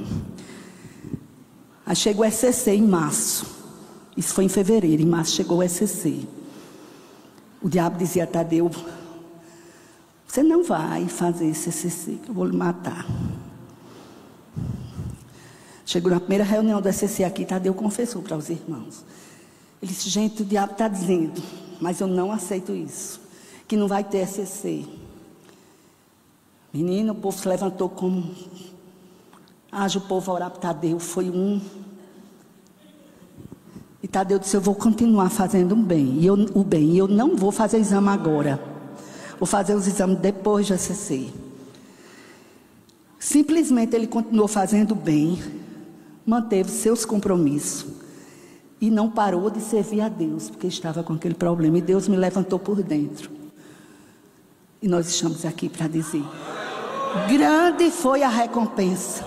Aí chegou o S C C em março. Isso foi em fevereiro. Em março chegou o S C C. O diabo dizia a Tadeu, você não vai fazer esse S C C, que eu vou lhe matar. Chegou na primeira reunião do S C C aqui, Tadeu confessou para os irmãos. Ele disse, gente, o diabo está dizendo, mas eu não aceito isso, que não vai ter S C. Menino, o povo se levantou como... Haja o povo a orar para Tadeu, foi um... E Tadeu disse, eu vou continuar fazendo um bem, e eu, o bem, e eu não vou fazer exame agora. Vou fazer os exames depois do S C. Simplesmente ele continuou fazendo bem, manteve seus compromissos e não parou de servir a Deus, porque estava com aquele problema. E Deus me levantou por dentro. E nós estamos aqui para dizer, grande foi a recompensa.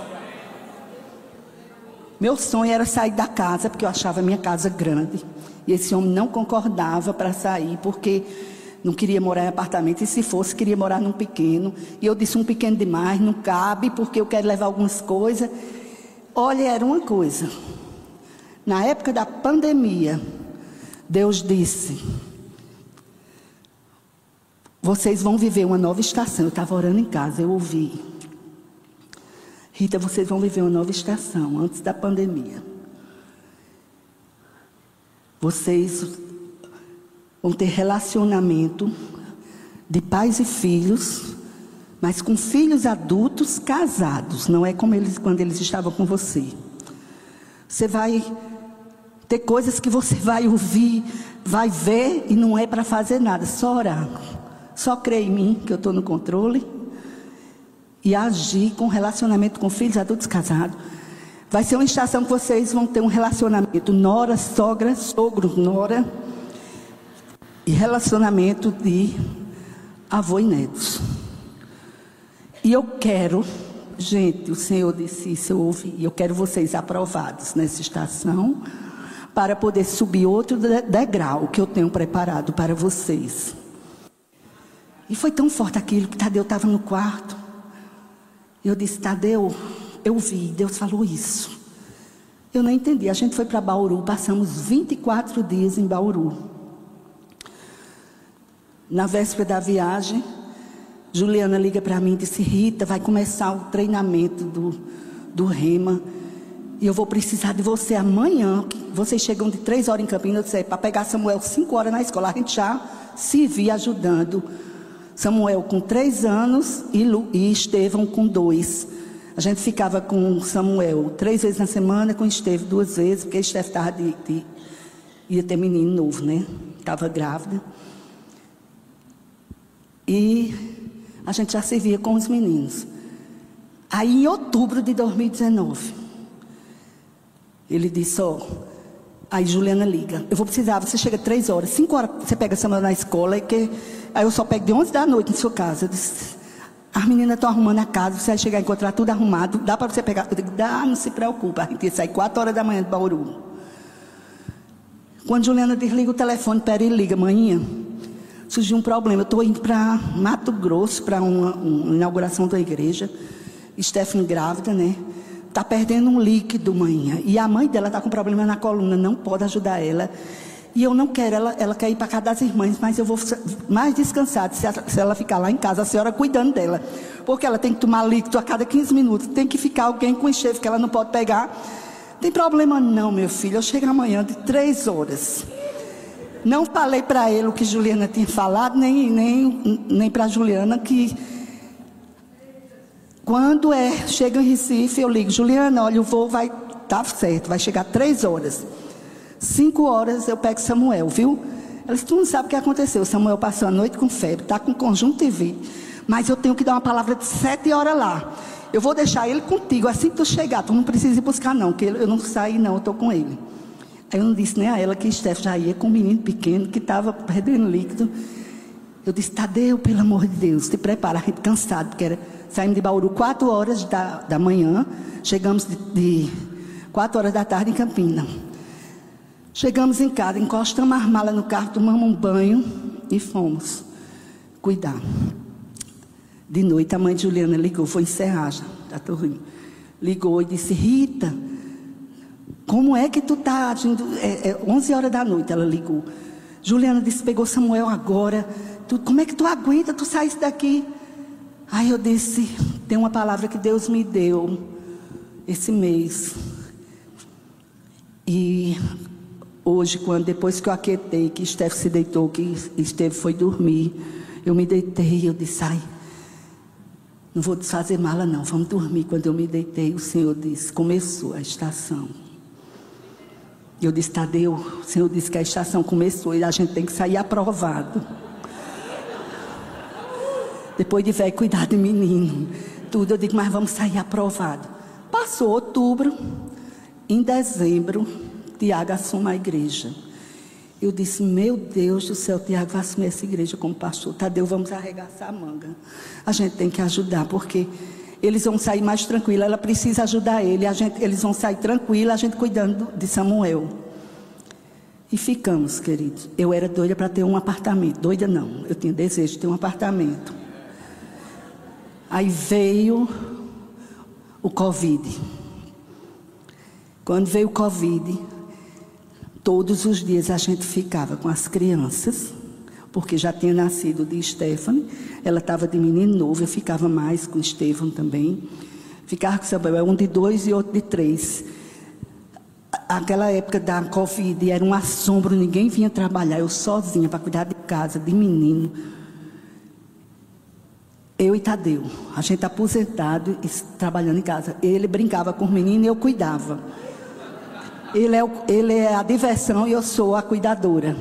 Meu sonho era sair da casa, porque eu achava a minha casa grande. E esse homem não concordava para sair, porque não queria morar em apartamento. E se fosse, queria morar num pequeno. E eu disse, um pequeno demais, não cabe, porque eu quero levar algumas coisas. Olha, era uma coisa. Na época da pandemia, Deus disse, vocês vão viver uma nova estação. Eu estava orando em casa, eu ouvi. Rita, vocês vão viver uma nova estação, antes da pandemia. Vocês vão ter relacionamento de pais e filhos, mas com filhos adultos casados. Não é como eles, quando eles estavam com você. Você vai ter coisas que você vai ouvir, vai ver e não é para fazer nada, só orar. Só crer em mim, que eu estou no controle. E agir com relacionamento com filhos adultos casados. Vai ser uma estação que vocês vão ter um relacionamento nora, sogra, sogro, nora. E relacionamento de avô e netos. E eu quero, gente, o Senhor disse isso, eu ouvi. Eu quero vocês aprovados nessa estação, para poder subir outro degrau que eu tenho preparado para vocês. E foi tão forte aquilo que Tadeu estava no quarto. Eu disse, Tadeu, eu vi, Deus falou isso. Eu não entendi. A gente foi para Bauru, passamos vinte e quatro dias em Bauru. Na véspera da viagem, Juliana liga para mim e disse, Rita, vai começar o treinamento do, do Rema. E eu vou precisar de você amanhã. Vocês chegam de três horas em Campinas, eu disse, para pegar Samuel cinco horas na escola. A gente já se via ajudando. Samuel com três anos e, Lu, e Estevão com dois. A gente ficava com Samuel três vezes na semana, com Estevão duas vezes, porque Estevão estava de, de, ia ter menino novo, né? Estava grávida. E a gente já se via com os meninos. Aí em outubro de dois mil e dezenove, ele disse, ó, aí Juliana liga, eu vou precisar, você chega três horas, cinco horas você pega Samuel na escola, e que... Aí eu só pego de onze da noite em sua casa. Eu disse, as meninas estão arrumando a casa, você vai chegar e encontrar tudo arrumado, dá para você pegar? Eu digo, dá, não se preocupa. A gente ia sair quatro horas da manhã de Bauru. Quando Juliana desliga o telefone, pera, ele liga, manhã, surgiu um problema. Eu estou indo para Mato Grosso, para uma, uma inauguração da igreja. Stephanie grávida, né? Está perdendo um líquido, manhã. E a mãe dela está com problema na coluna, não pode ajudar ela. E eu não quero, ela, ela quer ir para casa das irmãs, mas eu vou mais descansada se ela, se ela ficar lá em casa, a senhora cuidando dela. Porque ela tem que tomar líquido a cada quinze minutos, tem que ficar alguém com enxerto que ela não pode pegar. Tem problema não, meu filho, eu chego amanhã de três horas. Não falei para ele o que Juliana tinha falado, nem, nem, nem para Juliana, que quando é, chega em Recife, eu ligo, Juliana, olha, o voo vai, tá certo, vai chegar três horas. Cinco horas eu pego Samuel, viu? Ela disse, tu não sabe o que aconteceu. Samuel passou a noite com febre, está com conjuntivite. Mas eu tenho que dar uma palavra de sete horas lá. Eu vou deixar ele contigo, assim que tu chegar. Tu não precisa ir buscar não, porque eu não saí não, eu estou com ele. Aí eu não disse nem a ela que Steph já ia com um menino pequeno que estava perdendo líquido. Eu disse, Tadeu, pelo amor de Deus, te prepara, a gente cansado, porque era, saímos de Bauru quatro horas da, da manhã, chegamos de, de quatro horas da tarde em Campinas. Chegamos em casa, encostamos as malas no carro, tomamos um banho e fomos cuidar. De noite, a mãe de Juliana ligou, foi encerrar já, já estou rindo. Ligou e disse, Rita, como é que tu está agindo? É, é onze horas da noite, ela ligou. Juliana disse, pegou Samuel agora, tu, como é que tu aguenta, tu saísse daqui? Aí eu disse, tem uma palavra que Deus me deu esse mês. E Hoje, quando depois que eu aquietei, que Esteve se deitou, que Esteve foi dormir, eu me deitei e eu disse, ai, não vou desfazer mala não, vamos dormir. Quando eu me deitei, o Senhor disse, começou a estação. Eu disse, Tadeu, o Senhor disse que a estação começou e a gente tem que sair aprovado. Depois de velho cuidar de menino, tudo, eu digo, mas vamos sair aprovado. Passou outubro, em dezembro, Tiago assume a igreja. Eu disse, meu Deus do céu, Tiago vai assumir essa igreja como pastor. Tadeu, vamos arregaçar a manga. A gente tem que ajudar, porque eles vão sair mais tranquilos. Ela precisa ajudar ele. A gente, eles vão sair tranquilos, a gente cuidando de Samuel. E ficamos, queridos. Eu era doida para ter um apartamento. Doida não, eu tinha desejo de ter um apartamento. Aí veio o Covid. Quando veio o Covid, todos os dias a gente ficava com as crianças, porque já tinha nascido de Stephanie, ela estava de menino novo, eu ficava mais com Estevão também. Ficava com Samuel, um de dois e outro de três. Aquela época da Covid era um assombro, ninguém vinha trabalhar, eu sozinha para cuidar de casa, de menino. Eu e Tadeu, a gente aposentado e trabalhando em casa. Ele brincava com os meninos e eu cuidava. Ele é, o, ele é a diversão e eu sou a cuidadora.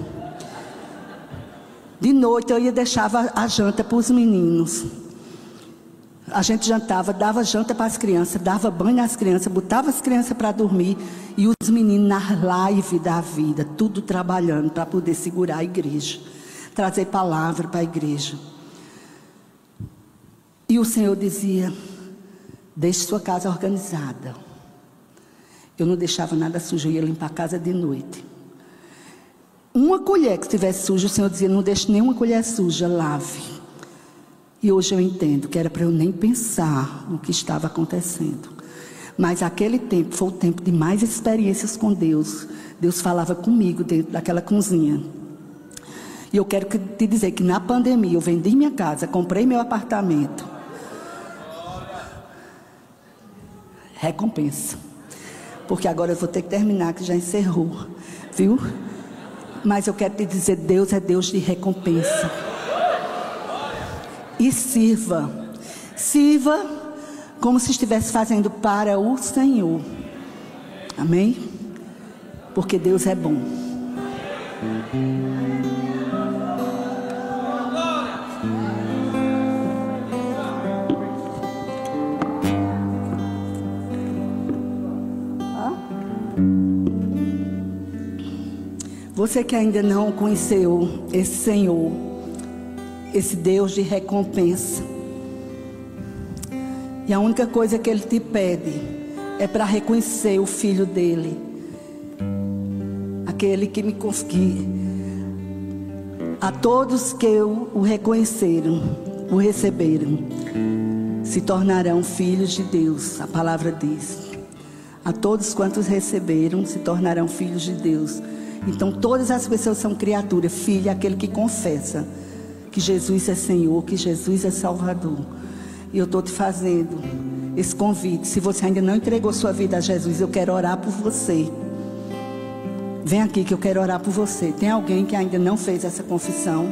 De noite eu ia deixava a janta para os meninos. A gente jantava, dava janta para as crianças, dava banho às crianças, botava as crianças para dormir e os meninos na live da vida, tudo trabalhando para poder segurar a igreja, trazer palavra para a igreja. E o Senhor dizia, deixe sua casa organizada. Eu não deixava nada sujo, eu ia limpar a casa de noite. Uma colher que estivesse suja, o Senhor dizia, não deixe nenhuma colher suja, lave. E hoje eu entendo que era para eu nem pensar no que estava acontecendo. Mas aquele tempo foi o tempo de mais experiências com Deus. Deus falava comigo dentro daquela cozinha. E eu quero te dizer que na pandemia eu vendi minha casa, comprei meu apartamento. Recompensa. Porque agora eu vou ter que terminar, que já encerrou. Viu? Mas eu quero te dizer, Deus é Deus de recompensa. E sirva. Sirva como se estivesse fazendo para o Senhor. Amém? Porque Deus é bom. Você que ainda não conheceu esse Senhor, esse Deus de recompensa, e a única coisa que Ele te pede é para reconhecer o Filho dEle, aquele que me consegui. A todos que o reconheceram, o receberam, se tornarão filhos de Deus, a palavra diz. A todos quantos receberam, se tornarão filhos de Deus. Então todas as pessoas são criaturas, filho é aquele que confessa que Jesus é Senhor, que Jesus é Salvador. E eu estou te fazendo esse convite. Se você ainda não entregou sua vida a Jesus, eu quero orar por você. Vem aqui que eu quero orar por você. Tem alguém que ainda não fez essa confissão?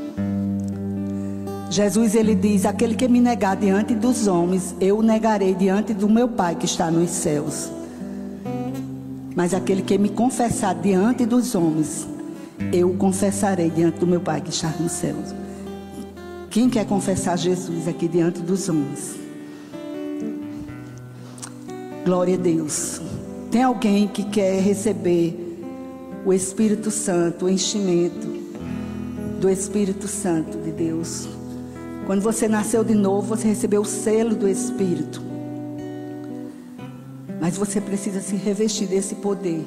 Jesus, ele diz, aquele que me negar diante dos homens, eu o negarei diante do meu Pai que está nos céus. Mas aquele que me confessar diante dos homens, eu o confessarei diante do meu Pai que está nos céus. Quem quer confessar Jesus aqui diante dos homens? Glória a Deus. Tem alguém que quer receber o Espírito Santo, o enchimento do Espírito Santo de Deus? Quando você nasceu de novo, você recebeu o selo do Espírito. Mas você precisa se revestir desse poder.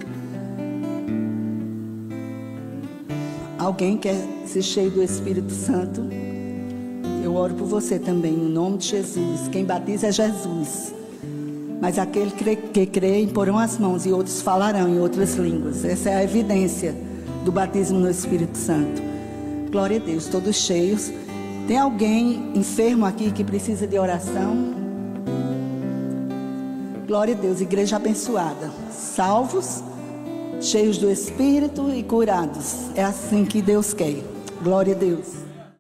Alguém quer ser cheio do Espírito Santo? Eu oro por você também, em nome de Jesus. Quem batiza é Jesus. Mas aquele que crê imporão as mãos e outros falarão em outras línguas. Essa é a evidência do batismo no Espírito Santo. Glória a Deus, todos cheios. Tem alguém enfermo aqui que precisa de oração? Glória a Deus, igreja abençoada. Salvos, cheios do Espírito e curados. É assim que Deus quer. Glória a Deus.